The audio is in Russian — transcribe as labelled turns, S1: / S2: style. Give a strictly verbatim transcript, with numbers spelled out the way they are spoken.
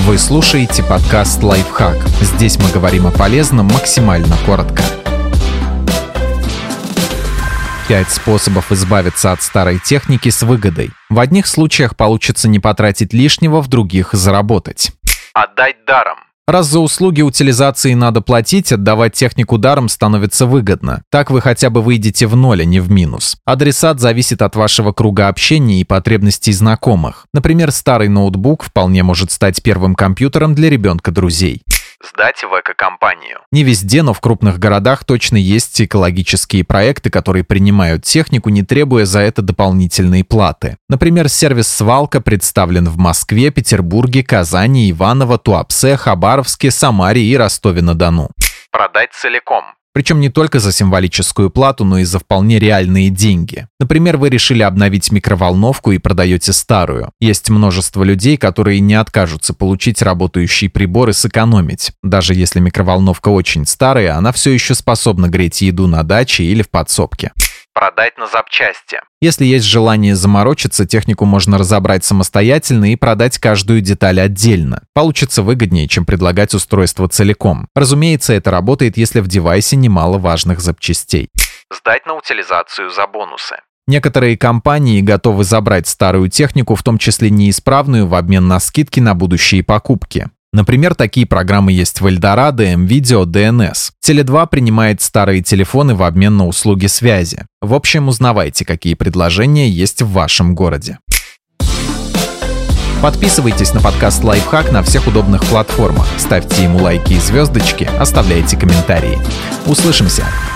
S1: Вы слушаете подкаст «Лайфхак». Здесь мы говорим о полезном максимально коротко. Пять способов избавиться от старой техники с выгодой. В одних случаях получится не потратить лишнего, в других – заработать.
S2: Отдать даром.
S1: Раз за услуги утилизации надо платить, отдавать технику даром становится выгодно. Так вы хотя бы выйдете в ноль, а не в минус. Адресат зависит от вашего круга общения и потребностей знакомых. Например, старый ноутбук вполне может стать первым компьютером для ребенка друзей.
S2: Сдать в эко-компанию.
S1: Не везде, но в крупных городах точно есть экологические проекты, которые принимают технику, не требуя за это дополнительные платы. Например, сервис «Свалка» представлен в Москве, Петербурге, Казани, Иваново, Туапсе, Хабаровске, Самаре и Ростове-на-Дону.
S2: Продать целиком.
S1: Причем не только за символическую плату, но и за вполне реальные деньги. Например, вы решили обновить микроволновку и продаете старую. Есть множество людей, которые не откажутся получить работающий прибор и сэкономить. Даже если микроволновка очень старая, она все еще способна греть еду на даче или в подсобке.
S2: Продать на запчасти.
S1: Если есть желание заморочиться, технику можно разобрать самостоятельно и продать каждую деталь отдельно. Получится выгоднее, чем предлагать устройство целиком. Разумеется, это работает, если в девайсе немало важных запчастей.
S2: Сдать на утилизацию за бонусы.
S1: Некоторые компании готовы забрать старую технику, в том числе неисправную, в обмен на скидки на будущие покупки. Например, такие программы есть в Эльдорадо, М-Видео, Д Н С. Теле два принимает старые телефоны в обмен на услуги связи. В общем, узнавайте, какие предложения есть в вашем городе. Подписывайтесь на подкаст «Лайфхак» на всех удобных платформах. Ставьте ему лайки и звездочки, оставляйте комментарии. Услышимся!